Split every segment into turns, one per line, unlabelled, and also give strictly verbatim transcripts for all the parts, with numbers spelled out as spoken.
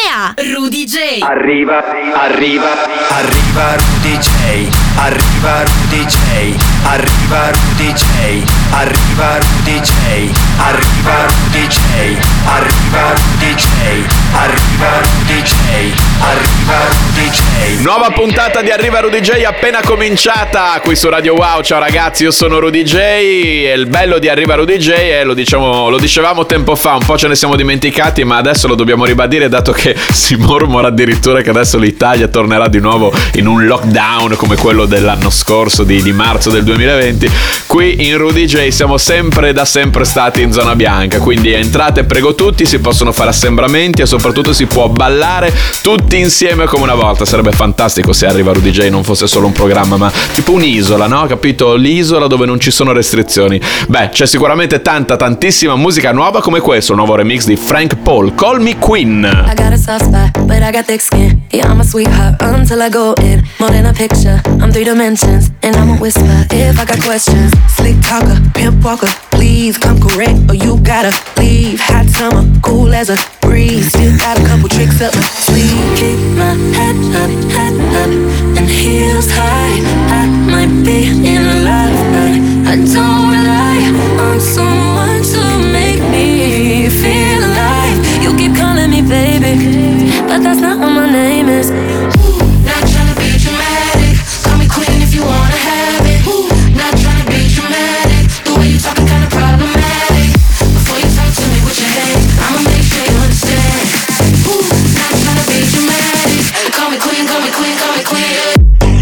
Via! Rudy J!
Arriva, arriva, arriva Rudy J, arriva Rudy J, arriva Rudy J, arriva Rudy J, arriva Rudy J, arriva Rudy J, arriva Rudy J, arriva Rudy J.
Nuova puntata di Arriva Rudy J appena cominciata qui su Radio Wow. Ciao ragazzi, io sono Rudy J e il bello di Arriva Rudy J è, lo diciamo, lo dicevamo tempo fa, un po' ce ne siamo dimenticati, ma adesso lo dobbiamo ribadire, dato che si mormora addirittura che adesso l'Italia tornerà di nuovo in un lockdown come quello dell'anno scorso di, di marzo del duemilaventi. Qui in Rudy J siamo sempre da sempre stati in zona bianca, quindi entrate, prego tutti, si possono fare assembramenti e soprattutto si può ballare tutti insieme come una volta. Sarebbe fantastico se Arriva Rudy J non fosse solo un programma, ma tipo un'isola, no? Capito? L'isola dove non ci sono restrizioni. Beh, c'è sicuramente tanta, tantissima musica nuova come questo, il nuovo remix di Frank Paul, Call Me Queen.
I got a soft spot, but I got thick skin. Yeah, I'm a sweetheart until I go in. More than a picture, I'm three dimensions. And I'm a whisper if I got questions. Slick talker, pimp walker, please come correct or you gotta leave. Hot summer, cool as a breeze. Still got a couple tricks up my sleeve. Keep my head up, head up, and heels high. I might be in love, but I don't rely on someone to make me feel alive. You keep calling me baby, but that's not what my name is.
Not tryna be dramatic, call me queen if you wanna have it. Not tryna be dramatic, the way you talking kinda problematic. Before you talk to me with your head, I'ma make sure you understand. Not tryna be dramatic, call me queen, call me queen, call me queen.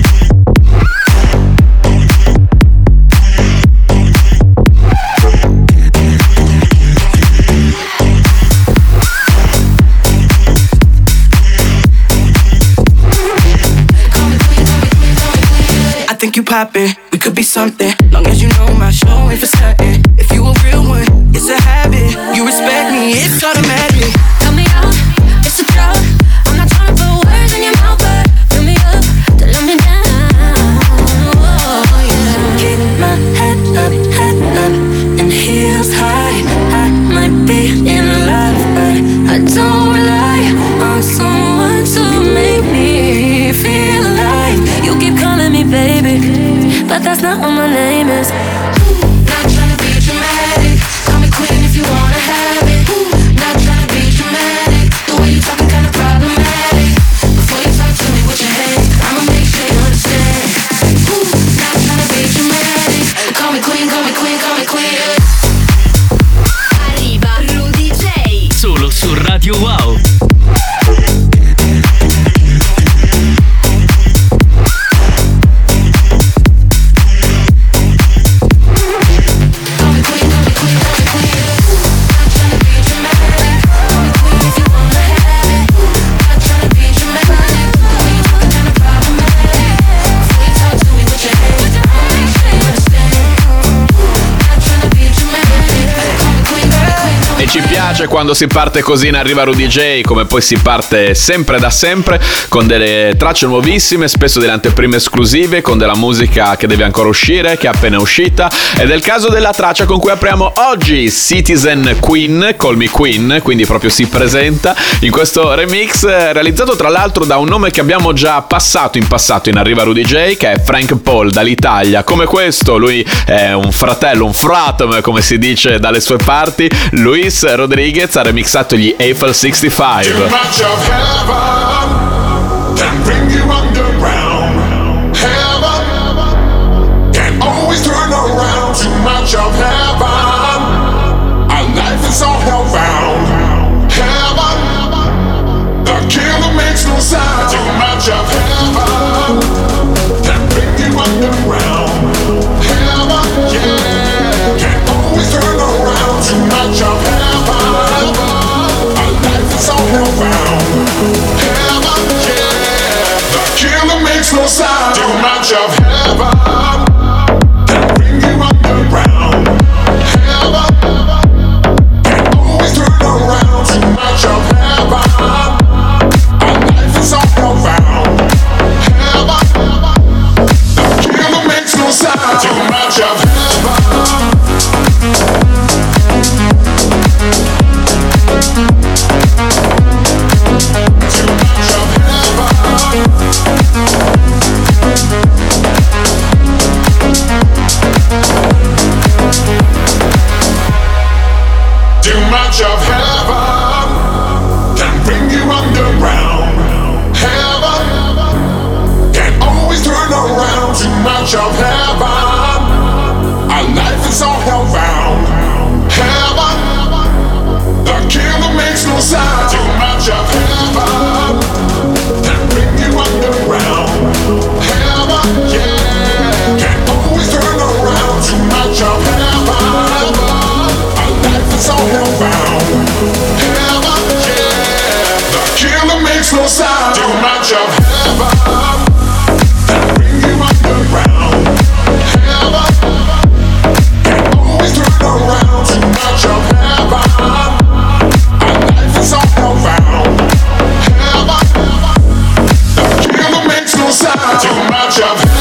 I think you poppin', we could be something. Long as you know my show ain't for certain. If you a real one, it's a habit. You respect me, it's automatic.
Tell me out, it's a drug. I'm not trying to put words in your mouth, but fill me up to let me down. Oh, yeah. Keep my head up, head up, and heels high. I might be in love, but I don't rely on someone to make me feel alive. You keep calling me baby, but that's not what my name is.
Not tryna be dramatic, call me queen if you wanna have it. Not tryna be dramatic, the way you talking kinda problematic. Before you talk to me with your head, I'ma make sure you understand. Not tryna be dramatic, call me queen, call me queen, call me queen.
Arriva Rudy J!
Solo su Radio Wow.
Ci piace quando si parte così in Arriva Rudy J, come poi si parte sempre da sempre, con delle tracce nuovissime, spesso delle anteprime esclusive, con della musica che deve ancora uscire, che è appena uscita. Ed è il caso della traccia con cui apriamo oggi, Citizen Queen, Call Me Queen, quindi proprio si presenta in questo remix, realizzato tra l'altro da un nome che abbiamo già passato in passato in Arriva Rudy J, che è Frank Paul dall'Italia. Come questo, lui è un fratello, un fratom come si dice dalle sue parti. Luis Rodriguez ha remixato gli Eiffel sessantacinque.
Too much of heaven can bring you underground. Heaven can always turn around. Too much of heaven, our life is all hellbound. Heaven, the killer makes no sound. Too much of heaven can bring you underground. Heaven, yeah, can always turn around. Too much of heaven. So hellbound, heaven, yeah. The killer makes no sound. Too much of heaven can bring you underground. Heaven can always turn around. Too much of heaven, our life is all hellbound. Heaven, the killer makes no sound. Too much of heaven. Too much of heaven can bring you underground. Heaven can always turn around. Too much of heaven, our life is all hellbound. Heaven, the killer makes no sound. Too much of heaven can bring you underground. Heaven, yeah, can always turn around. Too much of heaven, our life is all hellbound. Heaven, yeah, the killer makes no sound. Too much of heaven can bring you underground. Heaven can always turn around. Too much of heaven, our life is all hellbound. Heaven, the killer makes no sound. Too much of heaven.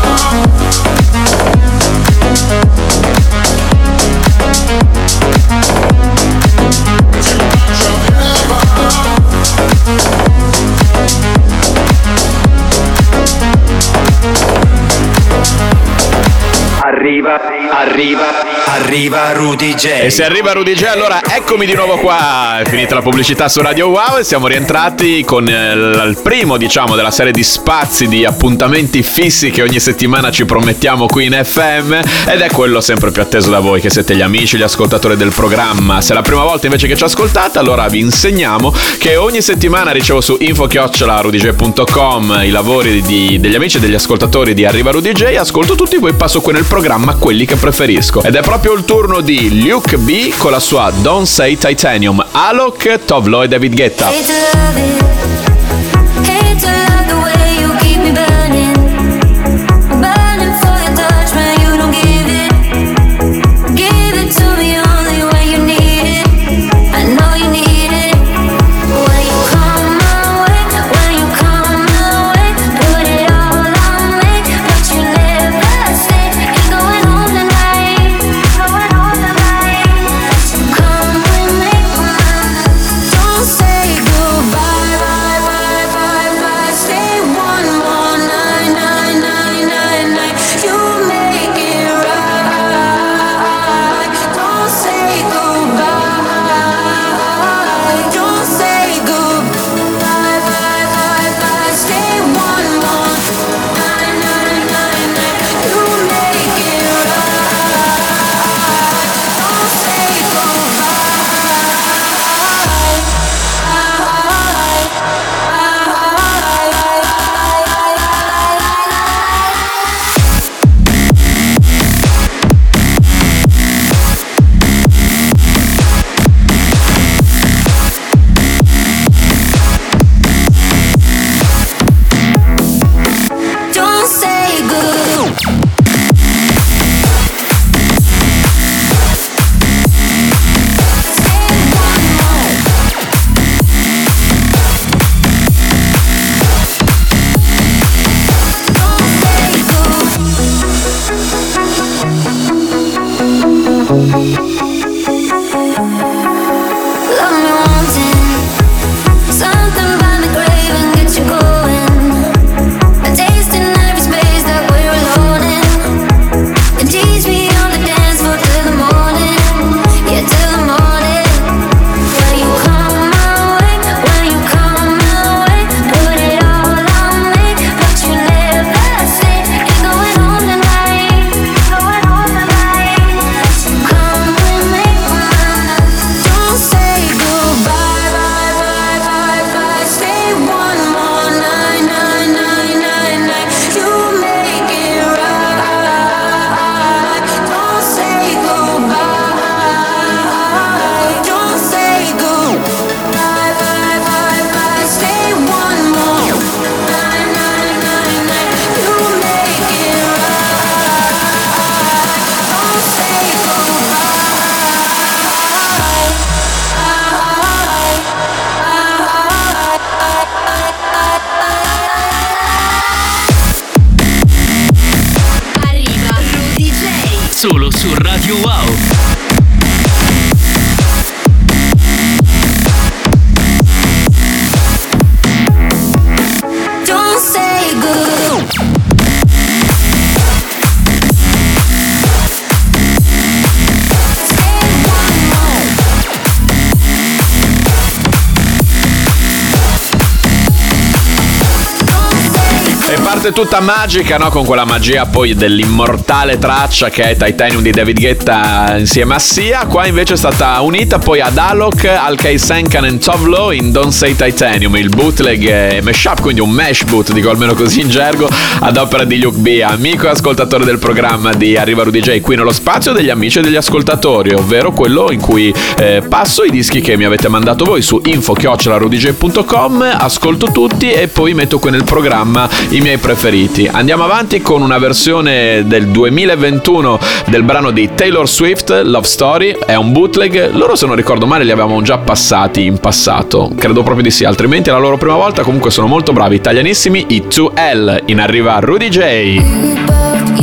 Arriva, arriva, arriva Rudy J.
E se arriva Rudy J, allora eccomi di nuovo qua. È finita la pubblicità su Radio Wow e siamo rientrati con il, il primo, diciamo, della serie di spazi, di appuntamenti fissi che ogni settimana ci promettiamo qui in F M, ed è quello sempre più atteso da voi, che siete gli amici, gli ascoltatori del programma. Se è la prima volta invece che ci ascoltate, allora vi insegniamo che ogni settimana ricevo su info chiocciola rudy j punto com i lavori di, degli amici e degli ascoltatori di Arriva Rudy J, ascolto tutti, poi passo qui nel programma quelli che preferisco. Ed è proprio il turno di Luke B con la sua Don't Say Titanium, Alok, Tovlo e David Guetta.
Hate to love it, hate to love the way you keep me burning, burning for your touch when you don't give it, give it to me only when you need it, I know you need it, when you come my way, when you come my way, put it all on me, but you never say, ain't going home tonight, going home tonight, come with me, don't say goodbye, bye,
parte tutta magica, no? Con quella magia poi dell'immortale traccia che è Titanium di David Guetta insieme a Sia. Qua invece è stata unita poi ad Alok, Al-K Senkan e Tovlo in Don't Say Titanium, il bootleg e mashup, quindi un mash boot, dico almeno così in gergo, ad opera di Luke B, amico e ascoltatore del programma di Arriva Rudy J, qui nello spazio degli amici e degli ascoltatori, ovvero quello in cui eh, passo i dischi che mi avete mandato voi su info chiocciola rudyj punto com, ascolto tutti e poi metto qui nel programma i miei preferiti. Andiamo avanti con una versione del duemilaventuno del brano di Taylor Swift, Love Story, è un bootleg, loro se non ricordo male li avevamo già passati in passato, credo proprio di sì, altrimenti è la loro prima volta. Comunque sono molto bravi, italianissimi, i due L, in Arriva Rudy J.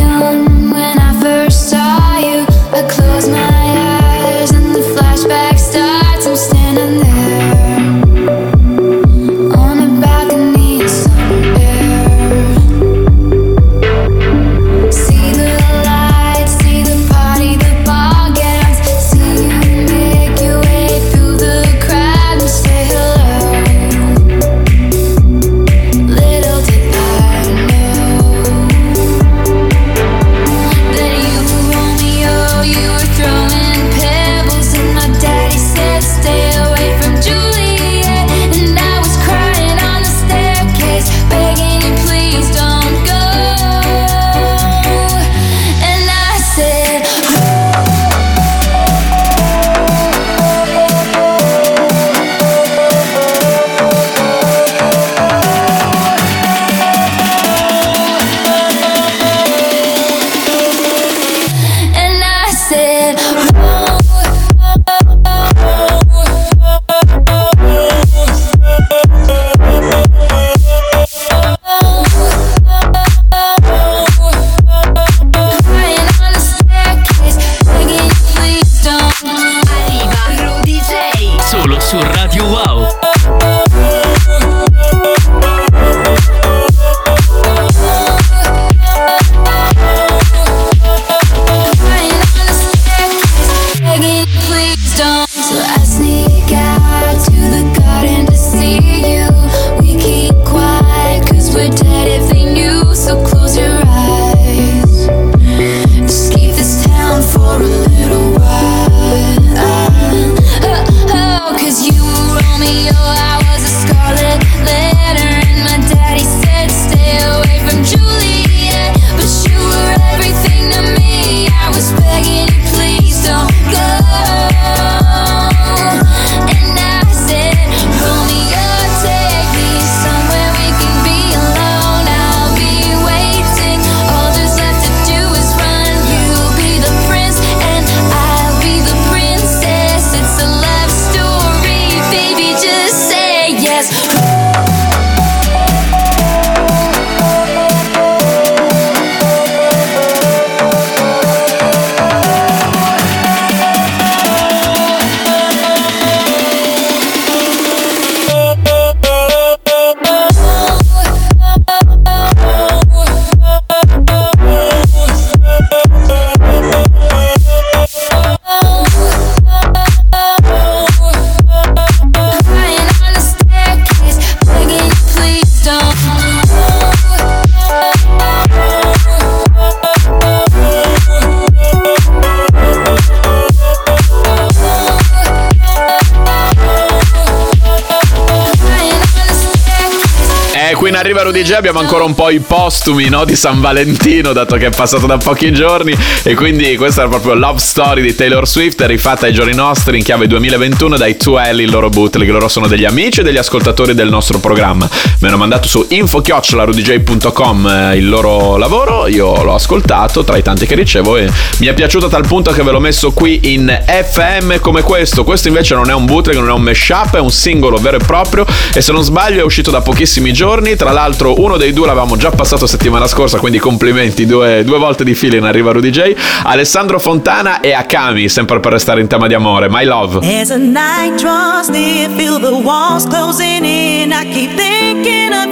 qui in Arriva Rudy J abbiamo ancora un po' i postumi, no, di San Valentino, dato che è passato da pochi giorni, e quindi questa è proprio Love Story di Taylor Swift, rifatta ai giorni nostri in chiave duemilaventuno dai due L, il loro bootleg. Loro sono degli amici e degli ascoltatori del nostro programma, mi hanno mandato su info chiocciola rudyj punto com il loro lavoro, io l'ho ascoltato tra i tanti che ricevo e mi è piaciuto a tal punto che ve l'ho messo qui in F M come questo. Questo invece non è un bootleg, non è un mashup, è un singolo vero e proprio, e se non sbaglio è uscito da pochissimi giorni. Tra l'altro uno dei due l'avevamo già passato settimana scorsa, quindi complimenti, due, due volte di fila in Arriva Rudy J. Alessandro Fontana e Akami, sempre per restare in tema di amore, My Love.
As a night draws near, feel the walls closing in, I keep thinking of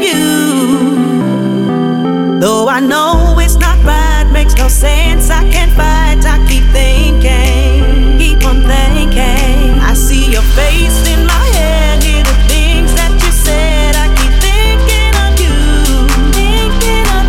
you. Though I know it's not right, makes no sense, I can't fight, I keep thinking, keep on thinking. I see your face in my head, hear the things that you said, I keep thinking of you, thinking of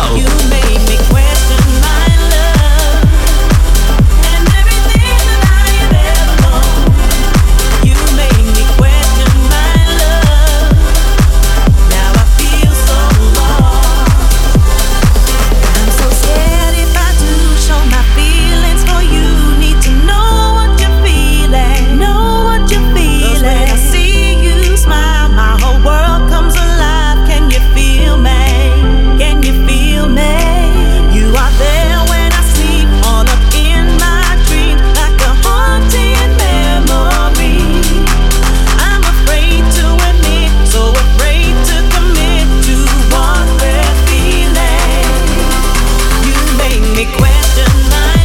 Wow.
You made me question my love and everything that I have ever known. You made me question my love. Now I feel so lost. I'm so scared if I do show my feelings for you. Need to know what you're feeling. Know what you're feeling. 'Cause when I see you smile, my whole world comes alive. Can you feel me? Can you feel me? You are there when I sleep, all up in my dreams, like a haunting memory. I'm afraid to admit, so afraid to commit to what we're feeling. You make me question my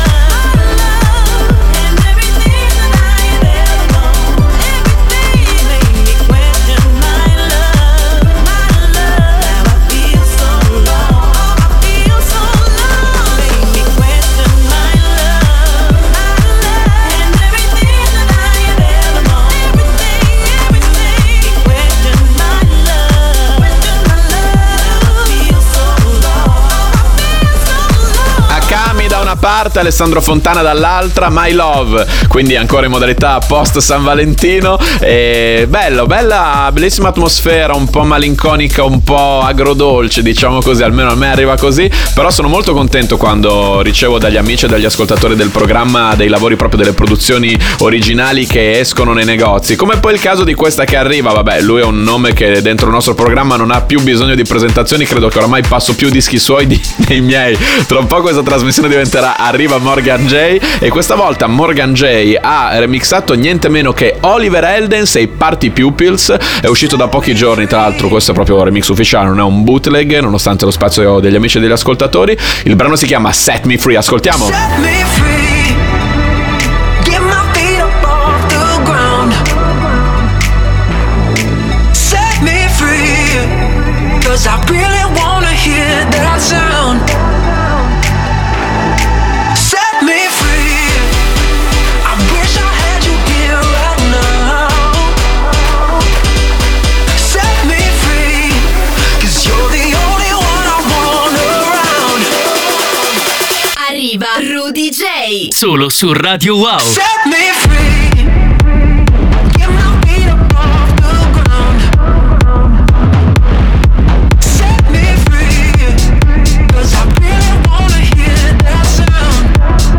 love and everything that I have ever known. Everything made me question my love, my love. Now I feel so lost. I feel so lost. Made me question my love, my love, and everything that I have ever known. Everything, everything. Question my love, question my love. I feel so lost. I feel so lost.
Akami da una parte, Alessandro Fontana dall'altra, My Love, quindi ancora in modalità post San Valentino. E bello, bella, bellissima atmosfera, un po' malinconica, un po' agrodolce, diciamo così, almeno a me arriva così. Però sono molto contento quando ricevo dagli amici e dagli ascoltatori del programma dei lavori, proprio delle produzioni originali che escono nei negozi, come poi il caso di questa che arriva. Vabbè, lui è un nome che dentro il nostro programma non ha più bisogno di presentazioni, credo che oramai passo più dischi suoi di, dei miei. Tra un po' questa trasmissione diventerà Arriva Morgan J, e questa volta Morgan J ha remixato niente meno che Oliver Heldens e i Party Pupils. È uscito da pochi giorni, tra l'altro questo è proprio un remix ufficiale, non è un bootleg, nonostante lo spazio degli amici e degli ascoltatori. Il brano si chiama Set Me Free, ascoltiamo.
Set me free. Get my feet up off the ground. Set me free. 'Cause I really wanna hear that sound. Set me free. I wish I had you here right now. Set me free. 'Cause you're the only one I want around.
Arriva Rudy J.
Solo su Radio Wow.
Set me free. Get my feet up off the ground. Set me free. 'Cause I really wanna hear that sound.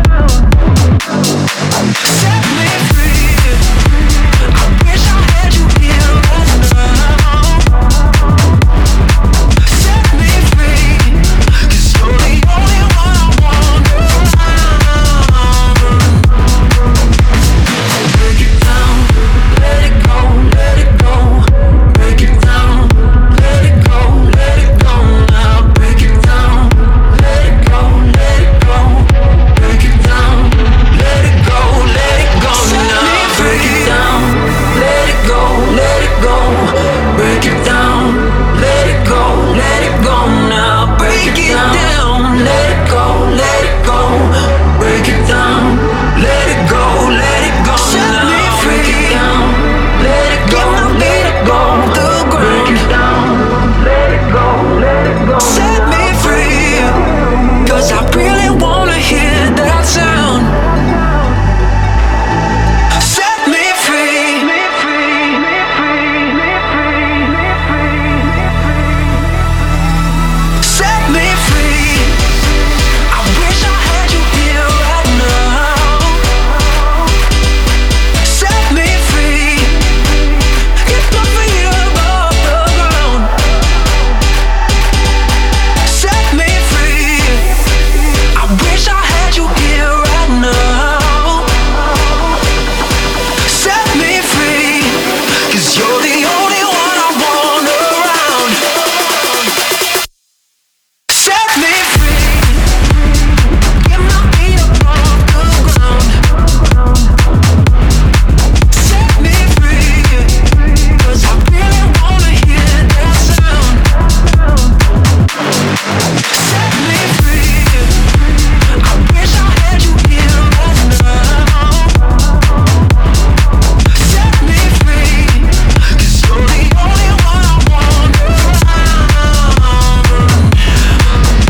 Set me free. I wish I had you here right now. Set me free. 'Cause you're the only one I want around.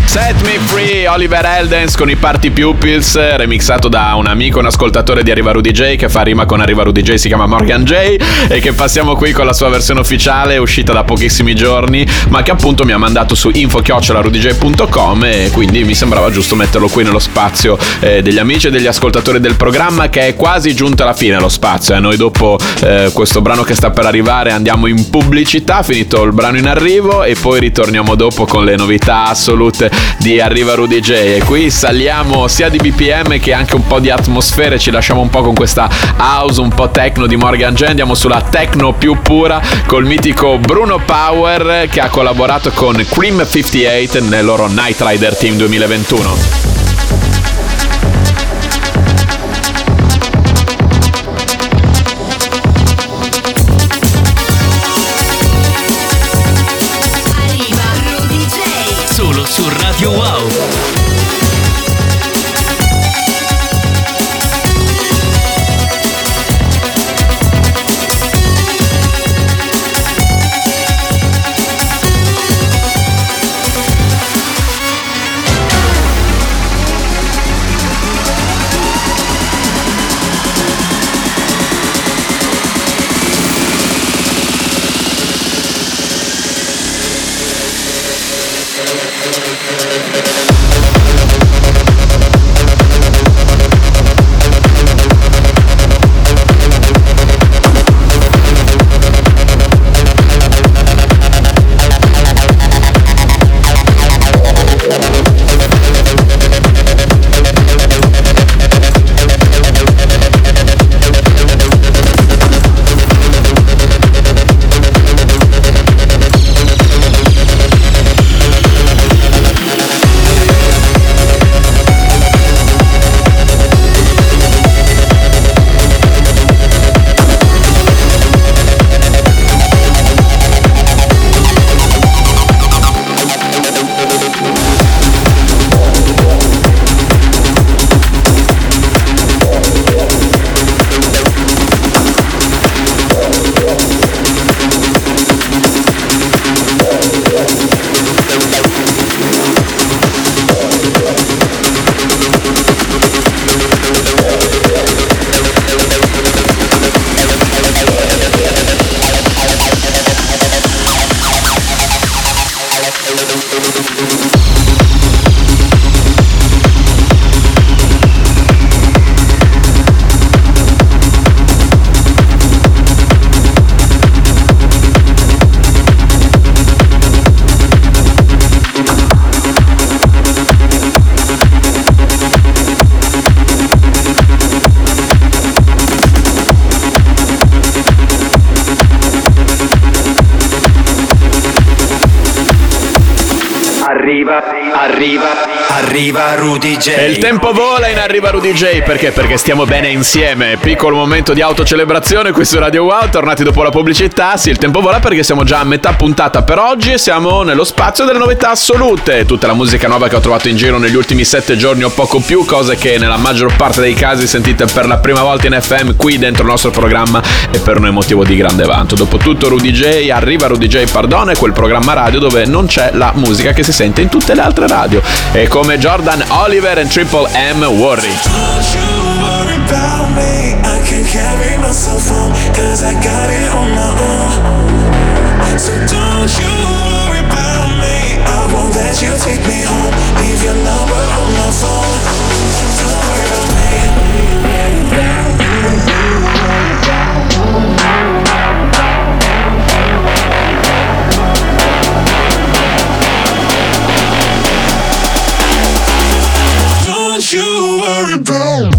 Set Me Free, Oliver Heldens con i Party Pupils, remixato da un amico, un ascoltatore di Arriva Rudy J che fa rima con Arriva Rudy J, si chiama Morgan J, e che passiamo qui con la sua versione ufficiale, uscita da pochissimi giorni, ma che appunto mi ha mandato su info chiocciola rudy j punto com, e quindi mi sembrava giusto metterlo qui nello spazio eh, degli amici e degli ascoltatori del programma, che è quasi giunta alla fine lo spazio. Eh. Noi dopo eh, questo brano che sta per arrivare andiamo in pubblicità, finito il brano in arrivo, e poi ritorniamo dopo con le novità assolute di Arriva Rudy J, e qui saliamo sia di B P M che anche un po' di atmosfere, ci lasciamo un po' con questa house un po' techno di Morgan J, andiamo sulla techno più pura col mitico Bruno Power, che ha collaborato con Cream cinquantotto nel loro Night Rider Team duemilaventuno.
Su Radio Wow.
Arriva, arriva, arriva Rudy J.
E il tempo vola in Arriva Rudy J, perché? Perché stiamo bene insieme. Piccolo momento di autocelebrazione qui su Radio Wow, tornati dopo la pubblicità. Sì, il tempo vola perché siamo già a metà puntata per oggi e siamo nello spazio delle novità assolute. Tutta la musica nuova che ho trovato in giro negli ultimi sette giorni o poco più, cose che nella maggior parte dei casi sentite per la prima volta in F M qui dentro il nostro programma, e per noi motivo di grande vanto. Dopotutto Rudy J, Arriva Rudy J, pardon, è quel programma radio dove non c'è la musica che si sente in tutte le altre radio. E come Jordan Oliver e Triple M, Worry.
You worry about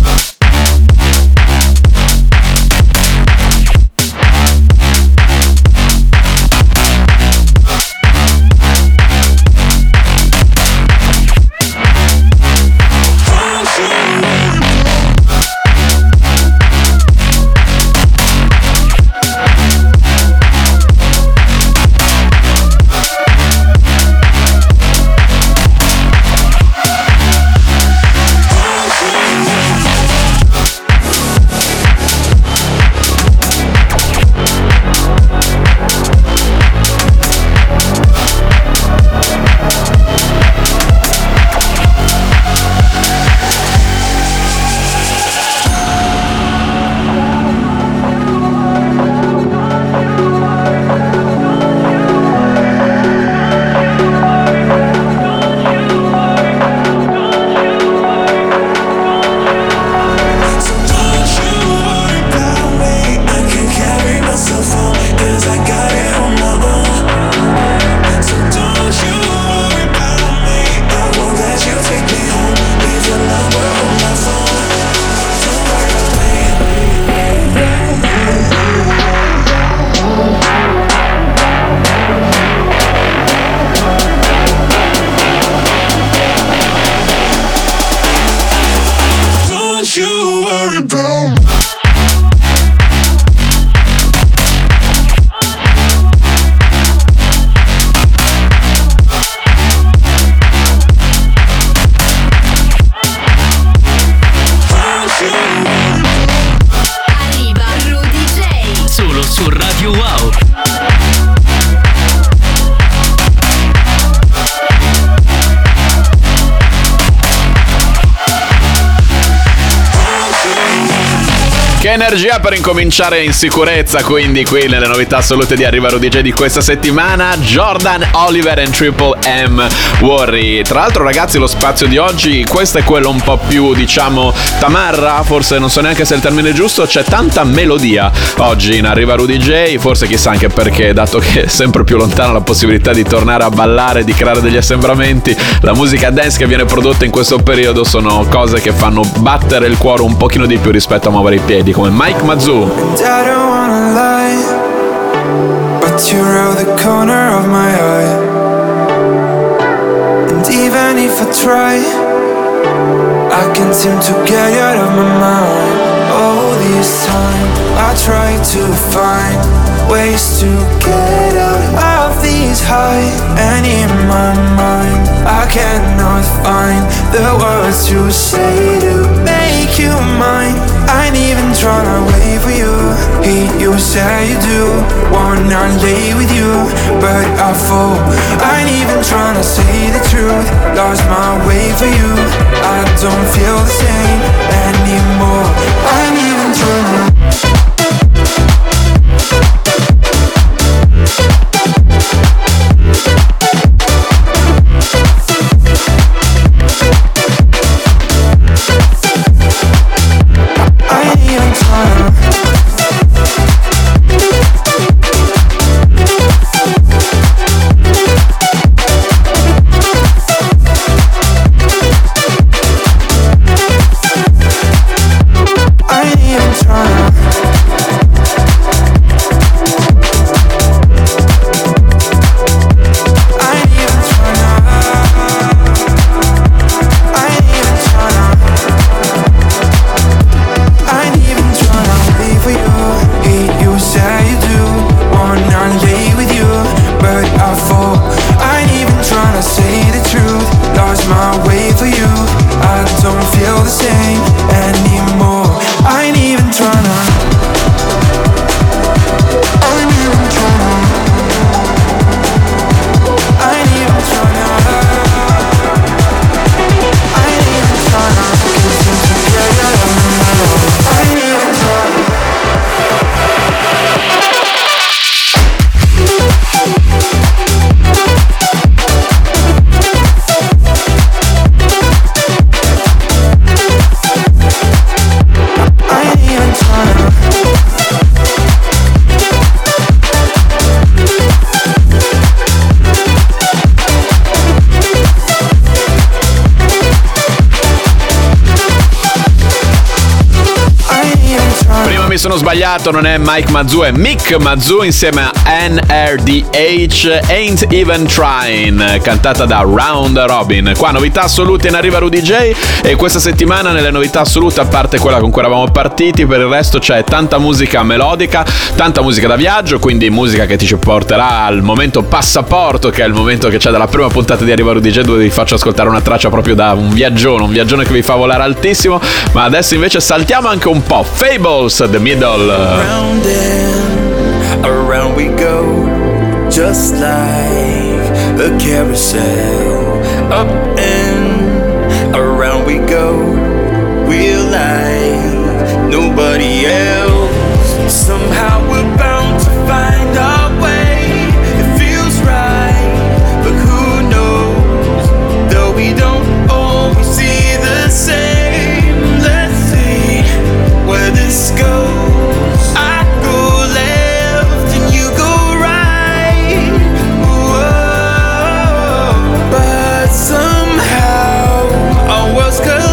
it down.
Arriva Rudy J.
Solo su Radio Wow.
Che energia per incominciare in sicurezza, quindi qui nelle novità assolute di Arriva Rudy J di questa settimana, Jordan Oliver and Triple M Worry. Tra l'altro ragazzi, lo spazio di oggi, questo è quello un po' più, diciamo, tamarra, forse non so neanche se è il termine giusto, c'è tanta melodia oggi in Arriva Rudy J, forse chissà anche perché, dato che è sempre più lontana la possibilità di tornare a ballare, di creare degli assembramenti, la musica dance che viene prodotta in questo periodo sono cose che fanno battere il cuore un pochino di più rispetto a muovere i piedi, come Mike Mazzu.
And I don't wanna lie, but you're out the corner of my eye. And even if I try, I can't seem to get you out of my mind. All this time I try to find ways to get out of these highs, and in my mind I cannot find the words to say to make you mine. I ain't even tryna wait for you. Hate you, say you do. Wanna lay with you, but I fall. I ain't even tryna say the truth. Lost my way for you. I don't feel the same anymore. I ain't even tryna.
Sono sbagliato, non è Mike Mazzu, è Mick Mazzu insieme a N R D H, Ain't Even Trying, cantata da Round Robin. Qua novità assolute in Arriva Rudy J, e questa settimana nelle novità assolute, a parte quella con cui eravamo partiti, per il resto c'è tanta musica melodica, tanta musica da viaggio, quindi musica che ti ci porterà al momento passaporto, che è il momento che c'è dalla prima puntata di Arriva Rudy J, dove vi faccio ascoltare una traccia proprio da un viaggione, un viaggione che vi fa volare altissimo. Ma adesso invece saltiamo anche un po'. Fables, The Middle.
Round and around we go, just like a carousel. Up and around we go, we're like nobody else. Somehow we're bound to find our way. It feels right, but who knows? Though we don't always see the same. Let's see where this goes.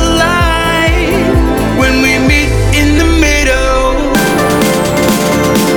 Collide when we meet in the middle.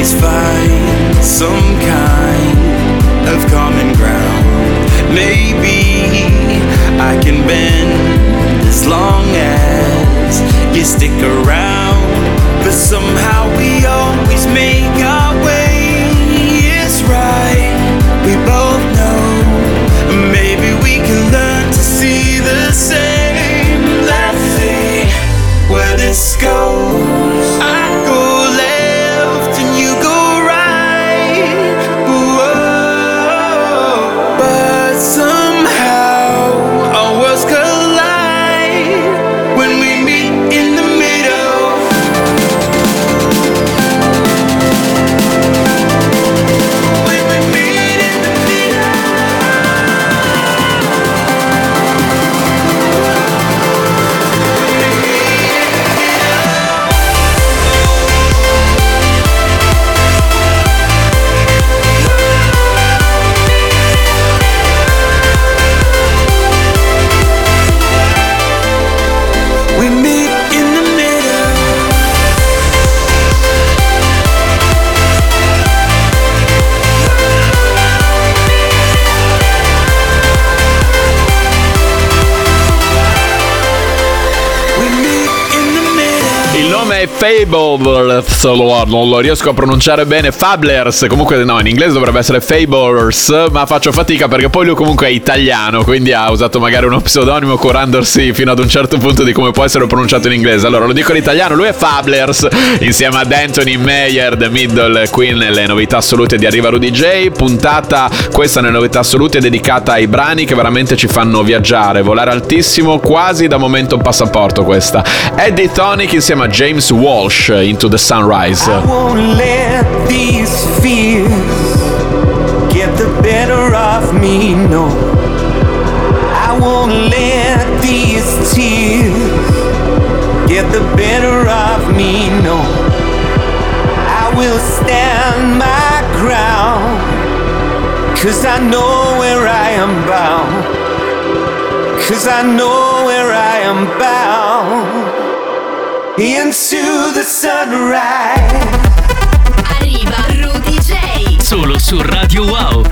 always find some kind of common ground. Maybe I can bend as long as you stick around. But somehow we always make our way. It's right, we both know. Maybe we can learn to see the same. Let's see where this goes. I go left and you go right. Whoa. But somehow our worlds collide when we meet in the middle. When we meet in the middle. We meet in the middle. We meet in the middle.
Il nome è Fablers, non lo riesco a pronunciare bene. Fablers, comunque no, in inglese dovrebbe essere Fablers, ma faccio fatica perché poi lui comunque è italiano, quindi ha usato magari uno pseudonimo curandosi fino ad un certo punto di come può essere pronunciato in inglese. Allora lo dico in italiano, lui è Fablers, insieme ad Anthony Meyer, The Middle Queen, nelle novità assolute di Arriva Rudy J. Puntata questa nelle novità assolute dedicata ai brani che veramente ci fanno viaggiare, volare altissimo, quasi da momento passaporto questa. Eddie Thonic insieme a James Walsh, Into the Sunrise.
I won't let these fears get the better of me, no. I won't let these tears get the better of me, no. I will stand my ground, 'cause I know where I am bound. 'Cause I know where I am bound. Into the sunrise.
Arriva Rudy J.
Solo su Radio Wow.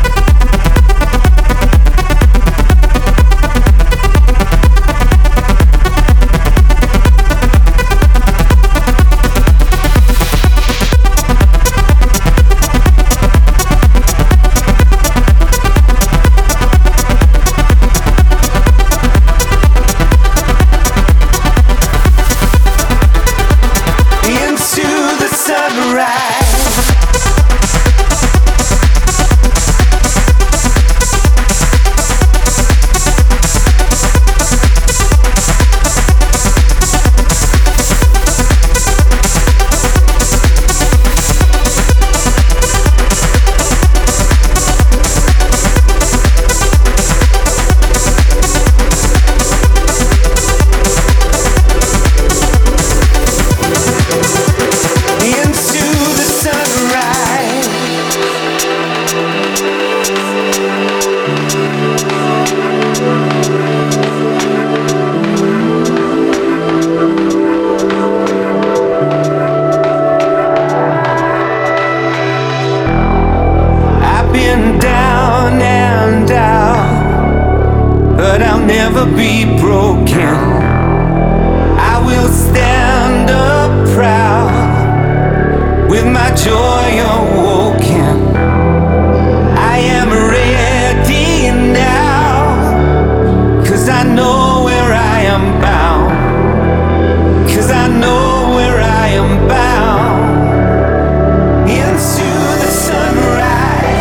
Into the sunrise. Into the sunrise. I've been down and out, but I'll never be broken. I will stand up proud with my joy awoken. I am ready now, 'cause I know where I am bound. 'Cause I know where I am bound. Into the sunrise.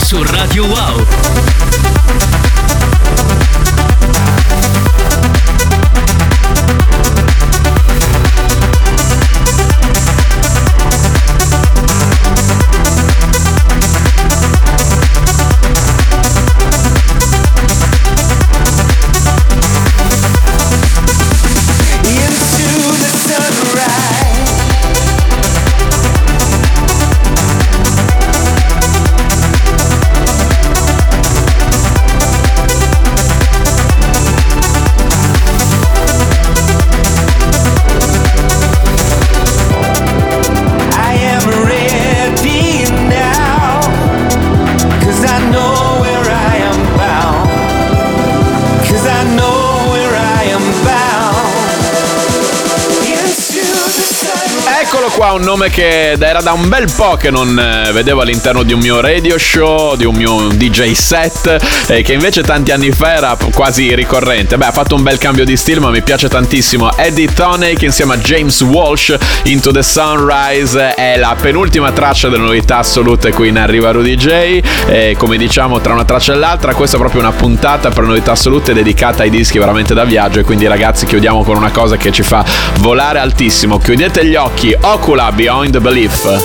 su Radio Wow.
Eccolo qua, un nome che era da un bel po' che non eh, vedevo all'interno di un mio radio show, di un mio D J set, e che invece tanti anni fa era quasi ricorrente. Beh, ha fatto un bel cambio di stile, ma mi piace tantissimo. Eddie Thoneick insieme a James Walsh, Into the Sunrise, è la penultima traccia delle novità assolute qui in Arriva Rudy J. E come diciamo, tra una traccia e l'altra, questa è proprio una puntata per novità assolute dedicata ai dischi veramente da viaggio. E quindi, ragazzi, chiudiamo con una cosa che ci fa volare altissimo. Chiudete gli occhi, Ocula, Beyond the Belief.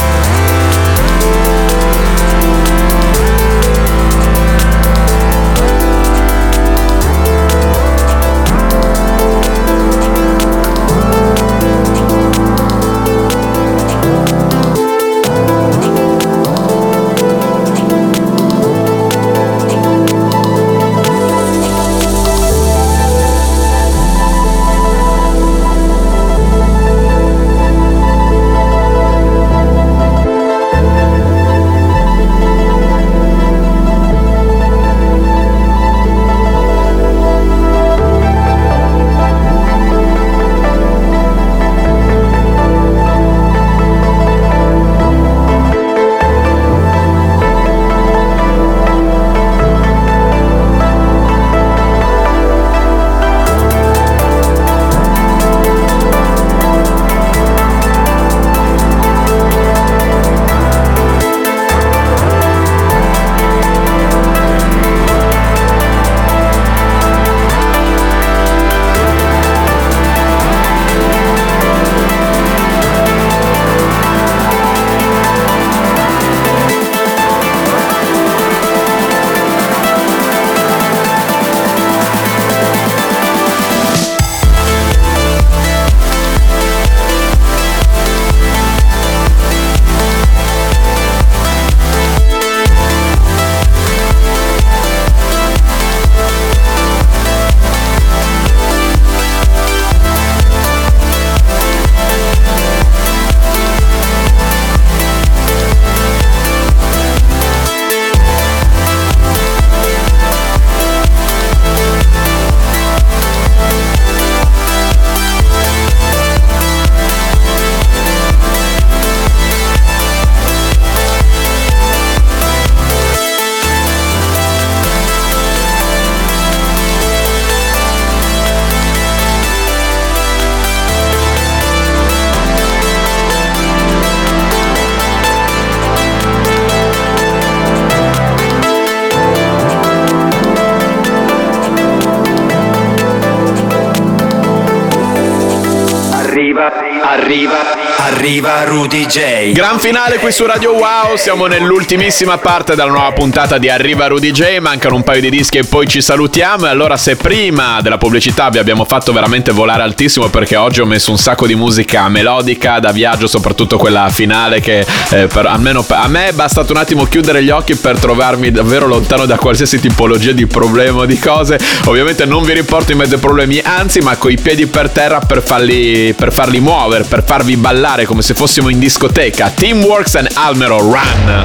Arriva, arriva Rudy J.
Gran finale qui su Radio Wow, siamo nell'ultimissima parte della nuova puntata di Arriva Rudy J, mancano un paio di dischi e poi ci salutiamo. E allora, se prima della pubblicità vi abbiamo fatto veramente volare altissimo, perché oggi ho messo un sacco di musica melodica da viaggio, soprattutto quella finale che eh, per, almeno per, a me è bastato un attimo chiudere gli occhi per trovarmi davvero lontano da qualsiasi tipologia di problema o di cose. Ovviamente non vi riporto in mezzo ai problemi, anzi, ma coi piedi per terra per farli, per farli muovere, per farvi ballare come se fossimo in discoteca. Teamworks and Almero, Run.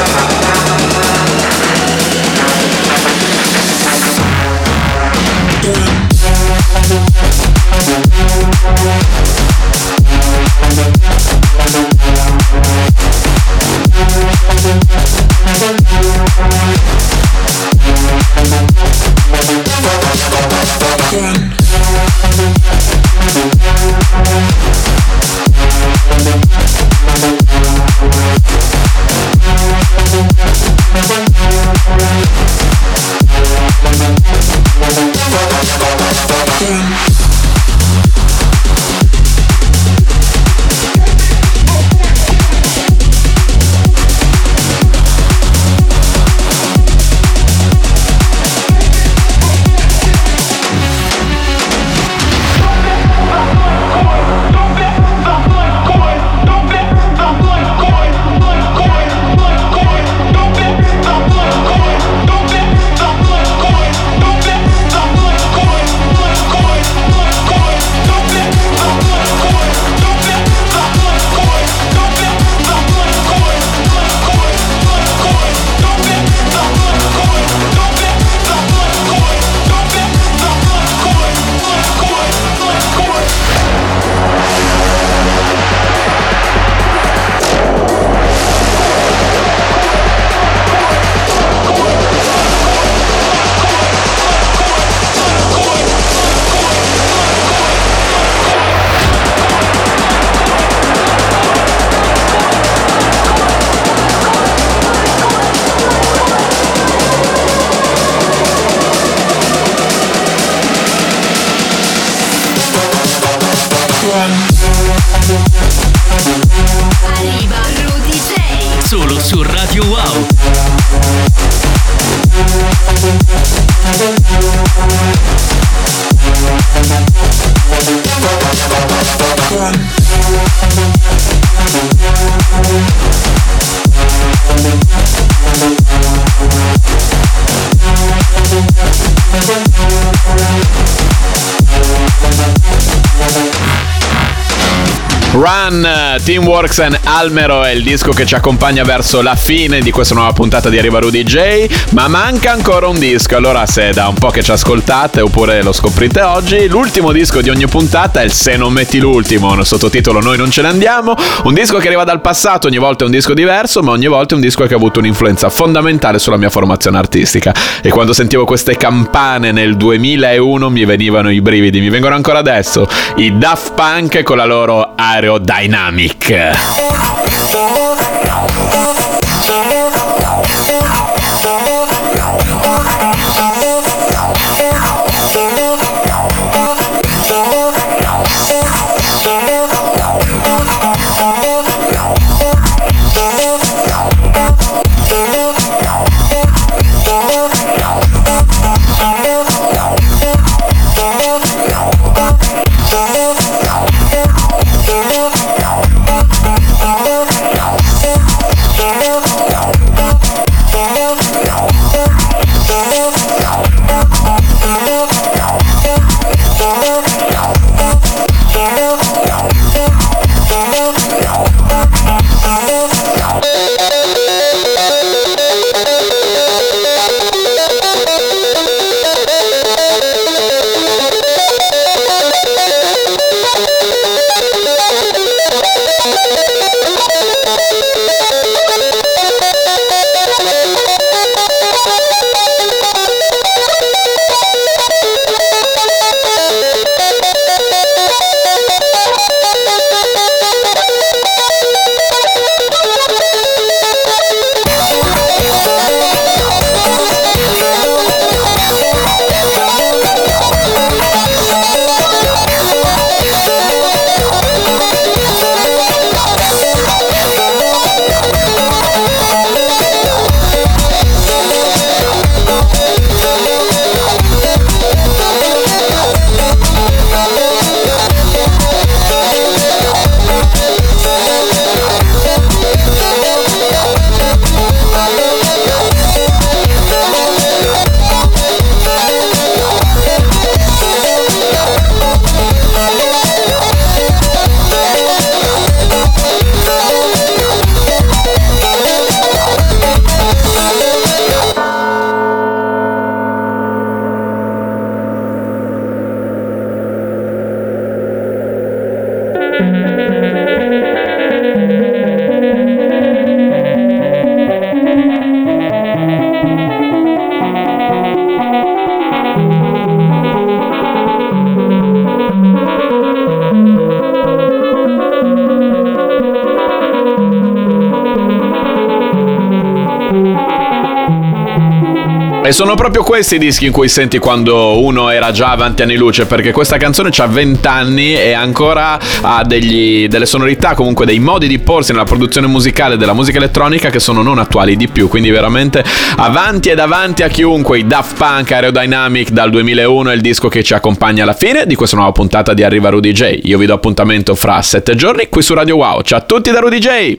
Do
Run, Teamworks and Almero è il disco che ci accompagna verso la fine di questa nuova puntata di Arriva Rudy J, ma manca ancora un disco. Allora, se da un po' che ci ascoltate oppure lo scoprite oggi, l'ultimo disco di ogni puntata è il Se non metti l'ultimo, nel sottotitolo Noi non ce ne andiamo, un disco che arriva dal passato, ogni volta è un disco diverso, ma ogni volta è un disco che ha avuto un'influenza fondamentale sulla mia formazione artistica. E quando sentivo queste campane nel duemilauno mi venivano i brividi, mi vengono ancora adesso, i Daft Punk con la loro Aerodynamic. E sono proprio questi i dischi in cui senti quando uno era già avanti anni luce, perché questa canzone c'ha venti anni e ancora ha degli, delle sonorità, comunque dei modi di porsi nella produzione musicale della musica elettronica che sono non attuali di più, quindi veramente avanti ed avanti a chiunque. I Daft Punk, Aerodynamic dal duemilauno è il disco che ci accompagna alla fine di questa nuova puntata di Arriva Rudy J. Io vi do appuntamento fra sette giorni qui su Radio Wow. Ciao a tutti da Rudy J!